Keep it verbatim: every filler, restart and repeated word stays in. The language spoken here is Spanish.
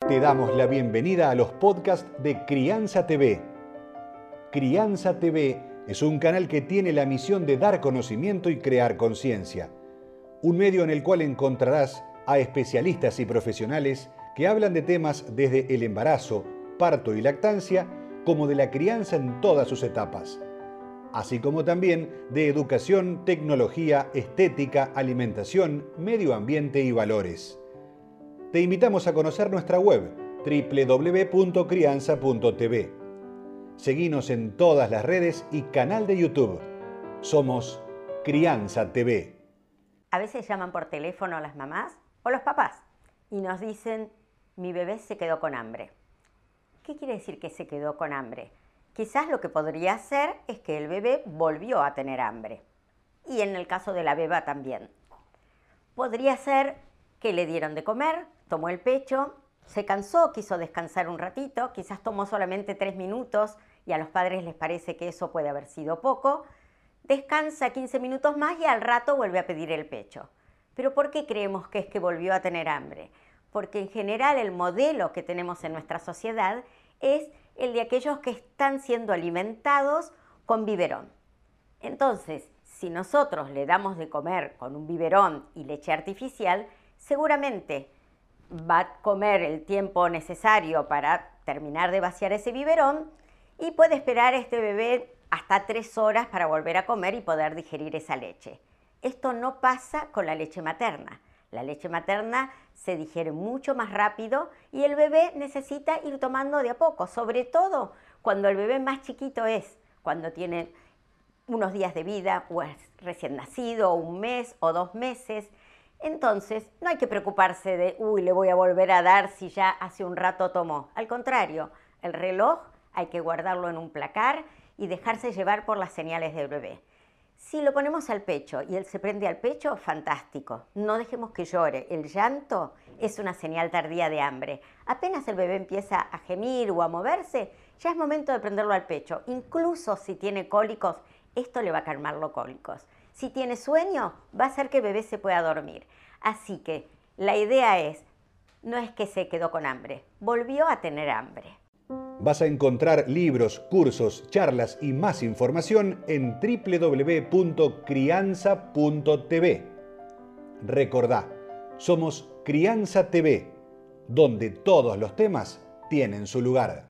Te damos la bienvenida a los podcasts de Crianza T V. Crianza T V es un canal que tiene la misión de dar conocimiento y crear conciencia. Un medio en el cual encontrarás a especialistas y profesionales que hablan de temas desde el embarazo, parto y lactancia, como de la crianza en todas sus etapas, así como también de educación, tecnología, estética, alimentación, medio ambiente y valores. Te invitamos a conocer nuestra web doble u doble u doble u punto crianza punto t v. Seguinos en todas las redes y canal de YouTube. Somos Crianza T V. A veces llaman por teléfono las mamás o los papás y nos dicen: mi bebé se quedó con hambre. ¿Qué quiere decir que se quedó con hambre? Quizás lo que podría ser es que el bebé volvió a tener hambre. Y en el caso de la beba también. Podría ser que le dieron de comer, tomó el pecho, se cansó, quiso descansar un ratito, quizás tomó solamente tres minutos y a los padres les parece que eso puede haber sido poco. Descansa quince minutos más y al rato vuelve a pedir el pecho. ¿Pero por qué creemos que es que volvió a tener hambre? Porque en general el modelo que tenemos en nuestra sociedad es el de aquellos que están siendo alimentados con biberón. Entonces, si nosotros le damos de comer con un biberón y leche artificial, seguramente va a comer el tiempo necesario para terminar de vaciar ese biberón y puede esperar este bebé hasta tres horas para volver a comer y poder digerir esa leche. Esto no pasa con la leche materna. La leche materna se digiere mucho más rápido y el bebé necesita ir tomando de a poco, sobre todo cuando el bebé más chiquito es, cuando tiene unos días de vida o es recién nacido, un mes o dos meses. Entonces, no hay que preocuparse de, uy, le voy a volver a dar si ya hace un rato tomó. Al contrario, el reloj hay que guardarlo en un placar y dejarse llevar por las señales del bebé. Si lo ponemos al pecho y él se prende al pecho, fantástico. No dejemos que llore. El llanto es una señal tardía de hambre. Apenas el bebé empieza a gemir o a moverse, ya es momento de prenderlo al pecho. Incluso si tiene cólicos, esto le va a calmar los cólicos. Si tiene sueño, va a hacer que el bebé se pueda dormir. Así que la idea es, no es que se quedó con hambre, volvió a tener hambre. Vas a encontrar libros, cursos, charlas y más información en doble u doble u doble u punto crianza punto t v. Recordá, somos Crianza T V, donde todos los temas tienen su lugar.